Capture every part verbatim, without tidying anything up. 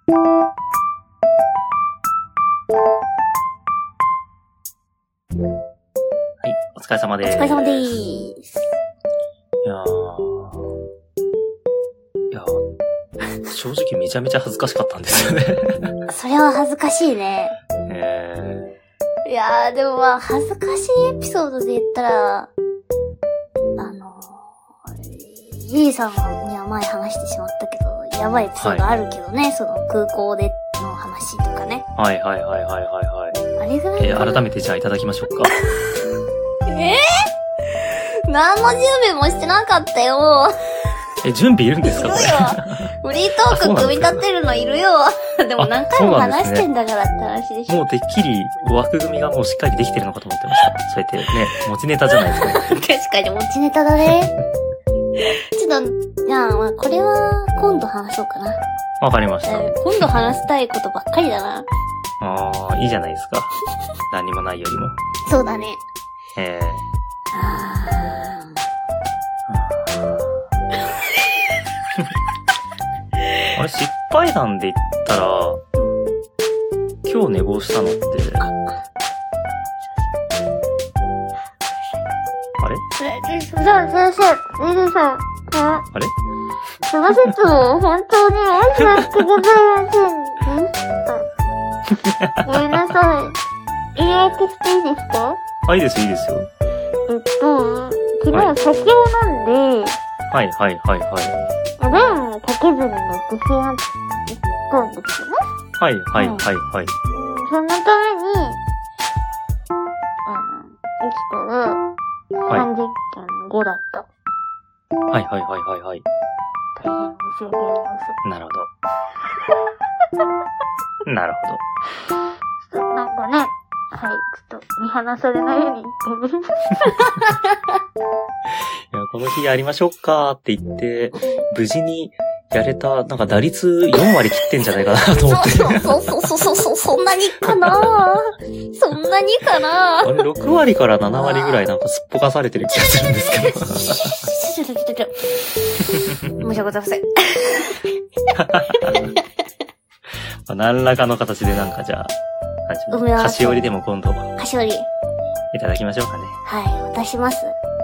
はい、お疲れ様です。 お疲れ様でーす。 いやー、いやー、正直めちゃめちゃ恥ずかしかったんですよね。 それは恥ずかしいね。 えー、いやー、でもまあ、恥ずかしいエピソードで言ったら、あのー、リーさんには前話してしまったけど、やばいエピソードあるけどね、はい、その空港での話とかね。 はいはいはいはいはいはい。 あれぐらい、 えー、改めてじゃあいただきましょうか。 えー、何の準備もしてなかったよ。 え、準備いるんですかこれ。 いるよ。フリートーク組み立てるのいるよ。でも何回も話してんだからって話でしょ。 もうてっきり枠組みがもうしっかりできてるのかと思ってました。そうやってね、持ちネタじゃないですか。 確かに持ちネタだね。ちょっと、じゃあ、まあ、これは今度話そうかな。 わかりました、 えー。今度話したいことばっかりだな。 ああ、いいじゃないですか。何にもないよりも。 そうだね。 ええー。 ああれ、失敗談で言ったら、今日寝坊したのって、あれえ、先生、先生、リリーさん、 あれその説を本当に申し訳ございません。ごめんなさい。言い訳していいですか？ あ、いいですよ、いいですよ。 えっと、昨日酒を飲んで、 はい、はい、はい、はい。 おでんをかけずに乗ってしまったんですよね。 はい、はい、はい、はい。 そのために、あの、生きたら、さんじゅっけんごだった。 はい、はい、はい、はい、はい。 大変申し訳ありません。 なるほど。なるほど。なんかね、はい、ちょっと見放されないように言ってる。いや、この日やりましょうかって言って、無事にやれた、なんか打率よんわり切ってんじゃないかなと思って。 そうそうそうそうそうそう、そんなにかなそんなにかなあれ、ろくわりからななわりぐらいなんかすっぽかされてる気がするんですけど。 ちょちょちょちょちょ。申し訳ございません。 まあ、何らかの形でなんかじゃあ、菓子折りでも今度は。 菓子折り。 いただきましょうかね。 はい、渡します。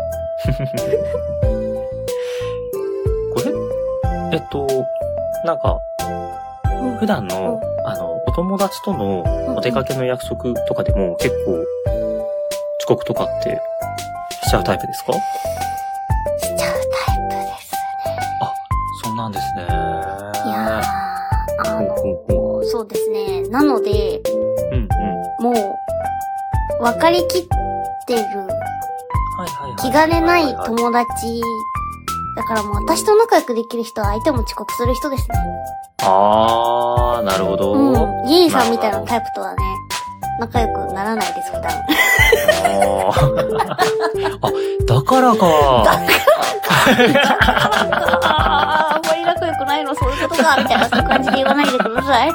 これえっと、なんか、うん、普段の、うん、あの、お友達とのお出かけの約束とかでも結構、遅刻とかってしちゃうタイプですか？ しちゃうタイプですね。 あ、そうなんですね。いやー、あの、ほうそうですね。なので、うんうん、もう、分かりきってる、気兼ねない友達、だからもう私と仲良くできる人は相手も遅刻する人ですね。 あー、なるほど。 うん。ギーさんみたいなタイプとはね、仲良くならないです、普段。 ああ、だからか。 だからか。あんまり仲良くないの、そういうことか、みたいな、そういう感じで言わないでください。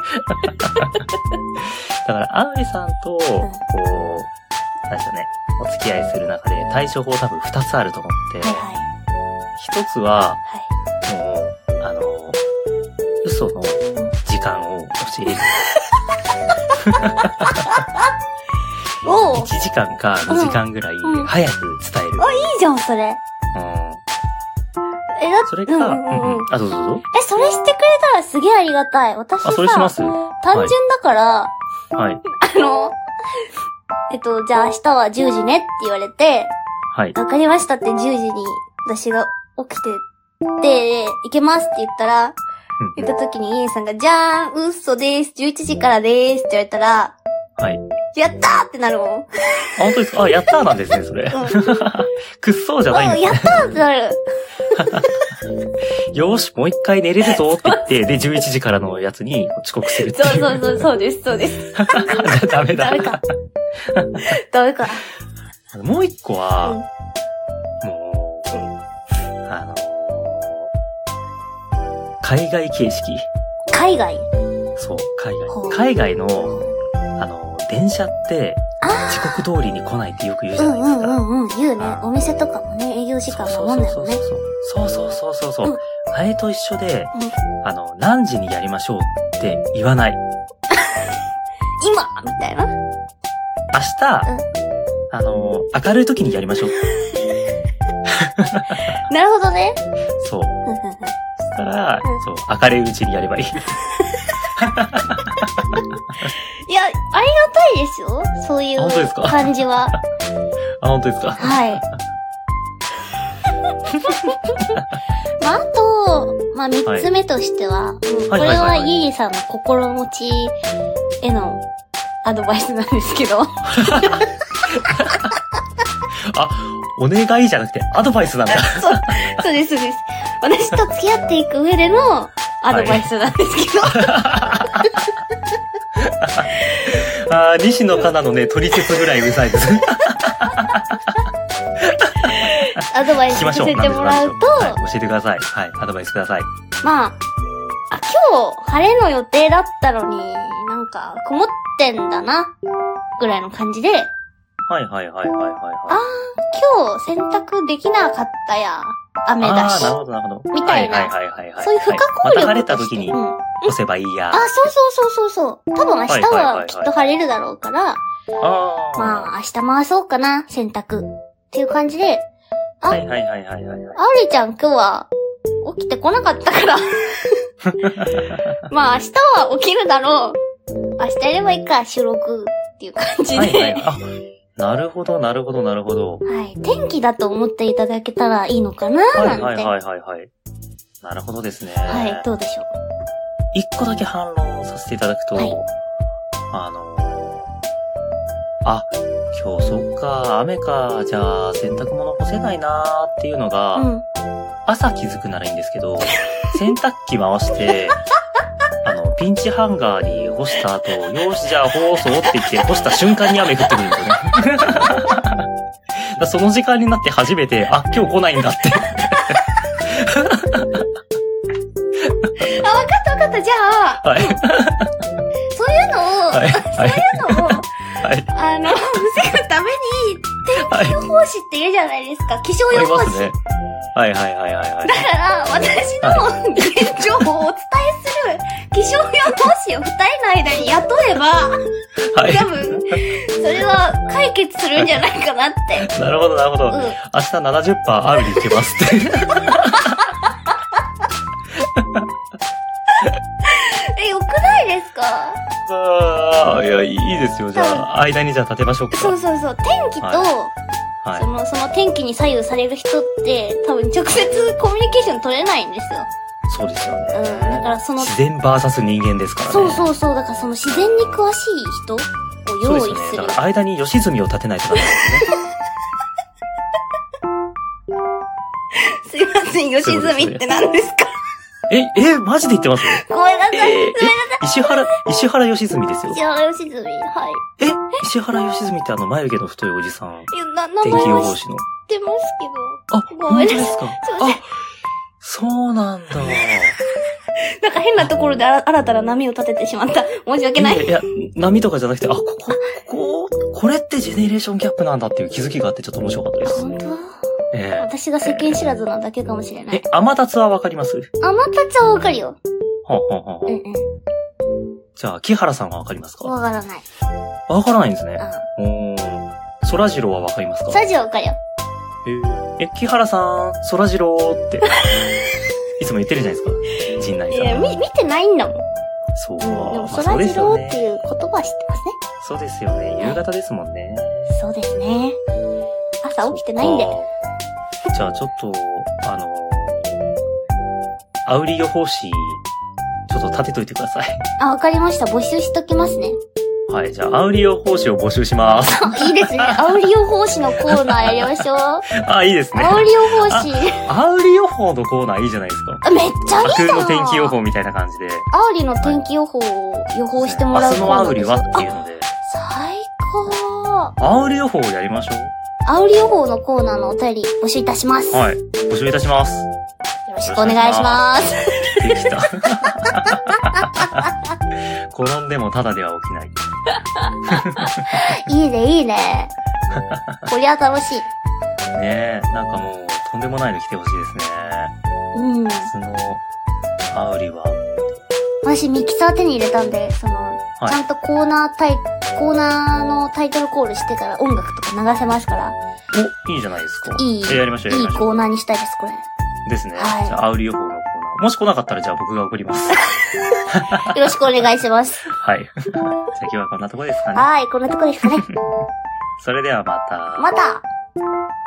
だから、アンリさんと、こう、なんでしょうね、お付き合いする中で対処法多分二つあると思って、はいはい、一つは、はい、もう、あの、嘘の時間を教える。 おいちじかんかにじかんぐらい早く伝える。 うんうん、あ、いいじゃん、それ。うん。え、だって、 それか、うんうんうん、あ、どうぞどうぞ。 え、それしてくれたらすげえありがたい。私さ、 あ、それします？ 単純だから、 はい。 あの、えっと、じゃあ明日はじゅうじねって言われて、 はい。 わかりましたってじゅうじに私が起きて、で、行けますって言ったら、言った時にイエさんが、じゃーん、嘘でーす、じゅういちじからでーすって言われたら、 はい。 やったーってなるもん。 あ、本当ですか？あ、やったーなんですね、それ。うん、くっそうじゃないんですね。 やったーってなる。 よーし、もう一回寝れるぞって言って、で、じゅういちじからのやつに遅刻するっていう。 そうそうそう、そうです、そうです。 ダメだ。 ダメか。ダメか。 もう一個は、うん、もう、うん、あのー、海外形式。 海外？ そう、海外。海外の、あのー、電車って、時刻通りに来ないってよく言うじゃないですか。 うんうんうんうん、言うね。お店とかもね、営業時間守んないもんね。 そうそうそうそうそう。うん、あれと一緒で、うん、あの、何時にやりましょうってして言わない。 今みたいな。明日、うん、あの、明るい時にやりましょう。 なるほどね。 そう。そしたら、うん、そう、明るいうちにやればいい。いや、ありがたいですよ。そういう感じは。 あ、本当ですか？ はい。まあ、あと、まあ、三つ目としては、はい、これはイリさんの心持ちへのアドバイスなんですけど。あ、 お願いじゃなくてアドバイスなんだ。 そう、そうです、そうです。私と付き合っていく上でのアドバイスなんですけど。はい、 あー、西野カナのね、取説ぐらいうざいです。 アドバイスさせてもらうと、 はい、教えてください。はい、アドバイスください。 まあ、あ、今日晴れの予定だったのに、なんか曇ってんだな、ぐらいの感じで。はいはいはいはいはい、はい。 あー、今日洗濯できなかったや、雨だし。 あー、なるほどなるほど。 みたいな。 はいはいはいはい、はい。 そういう不可抗力として。 また晴れた時に干せばいいや。 あ、そうそうそうそうそう。多分明日はきっと晴れるだろうから、あまあ明日回そうかな、洗濯。っていう感じで、あ、 はいはいはいはいはい。 ありちゃん今日は起きてこなかったから。まあ明日は起きるだろう。明日やればいいか、収録っていう感じで。はいはい、あ、 なるほどなるほどなるほど。 はい。天気だと思っていただけたらいいのかななんて。 はいはいはいはいはい。なるほどですね。 はい、どうでしょう。 一個だけ反論させていただくと、はい、あの、あ、今日そっか、雨か、じゃあ洗濯物干せないなーっていうのが、うん、朝気づくならいいんですけど、洗濯機回して、あの、ピンチハンガーに干した後、よーしじゃあ干そうって言って干した瞬間に雨降ってくるんですよね。だその時間になって初めて、あ、今日来ないんだって。 あ、わかったわかった、じゃあ、はい、そういうのを、はいはい、そういうのを、はい、あの、防ぐために、天気予報士っているじゃないですか。気象予報士。ね、 はいはいはいはいはい。 だから、私の現状をお伝えする気象予報士を二人の間に雇えば、はい、多分、それは解決するんじゃないかなって。 なるほどなるほど。うん、明日 ななじゅっパーセント アウリいけますって。 え、よくないですか？ ああ、いや、いいですよ。じゃあ、間にじゃあ立てましょうか。 そうそうそう。天気と、はい、その、その天気に左右される人って、多分直接コミュニケーション取れないんですよ。 そうですよね。 うん。だからその、 自然バーサス人間ですからね。 そうそうそう。だからその自然に詳しい人を用意する。そうですね。 だから間に吉住を立てないとダメですね。 すいません、吉住って何ですか？ え、え、マジで言ってます？ ごめんなさい。えー、ごめんなさい。 石原、石原良純ですよ。 石原良純、はい。 え、石原良純ってあの眉毛の太いおじさん。いや、 な、名前天気予報士の。 知ってますけど。 あ、ごめんなさい。本当ですか？あ、そうなんだ。 なんか変なところで新たな波を立ててしまった。申し訳ない。 いや、いや波とかじゃなくて、あ、ここ、ここ、これってジェネレーションギャップなんだっていう気づきがあってちょっと面白かったです。 本当？ ええー、 私が世間知らずなだけかもしれない。 え、天達はわかります？ 天達はわかるよ。 はあ、はあはあ、うんうん。じゃあ、木原さんはわかりますか？ わからない。 わからないんですね。うん。おー。そらジローはわかりますか？ そらジローわかるよ。 えー、え、木原さん、そらジローって、いつも言ってるじゃないですか。陣内さん。 いや、み、見てないんだもん。 そうか。うん、 でも、そらジローっていう言葉は知ってますね。 そうですよね。夕方ですもんね。 そうですね。朝起きてないんで。 じゃあちょっと、あのー、アウリ予報士、ちょっと立てといてください。 あ、わかりました。募集しときますね。 はい、じゃあ、アウリ予報士を募集します。 いいですね。アウリ予報士のコーナーやりましょう。 あ、いいですね。 アウリ予報士。 アウリ予報のコーナーいいじゃないですか。 めっちゃいいじゃん。 アウリの天気予報みたいな感じで。 アウリの天気予報を予報してもらうコーナー。明日のアウリはっていうので。 最高。 アウリ予報をやりましょう。 アウリ予報のコーナーのお便り募集いたします。 はい。募集いたします。よろしくお願いします。 できた。転んでもただでは起きない。 いいね、いいね。こりゃ楽しい。 ねえ、なんかもう、とんでもないの来てほしいですね。 うん。 その、アウリは、 私ミキサー手に入れたんで、その、はい、ちゃんとコーナータイ、コーナーのタイトルコールしてから音楽とか流せますから。 お、いいじゃないですか。 いい。 え、やりましょう、やりましょう。 いいコーナーにしたいです、これ。 ですね。はい。じゃあ、アウリ予報のコーナー。もし来なかったら、じゃあ僕が送ります。よろしくお願いします。 はい。じゃあ今日はこんなとこですかね。 はい、こんなとこですかね。 それではまた。 また。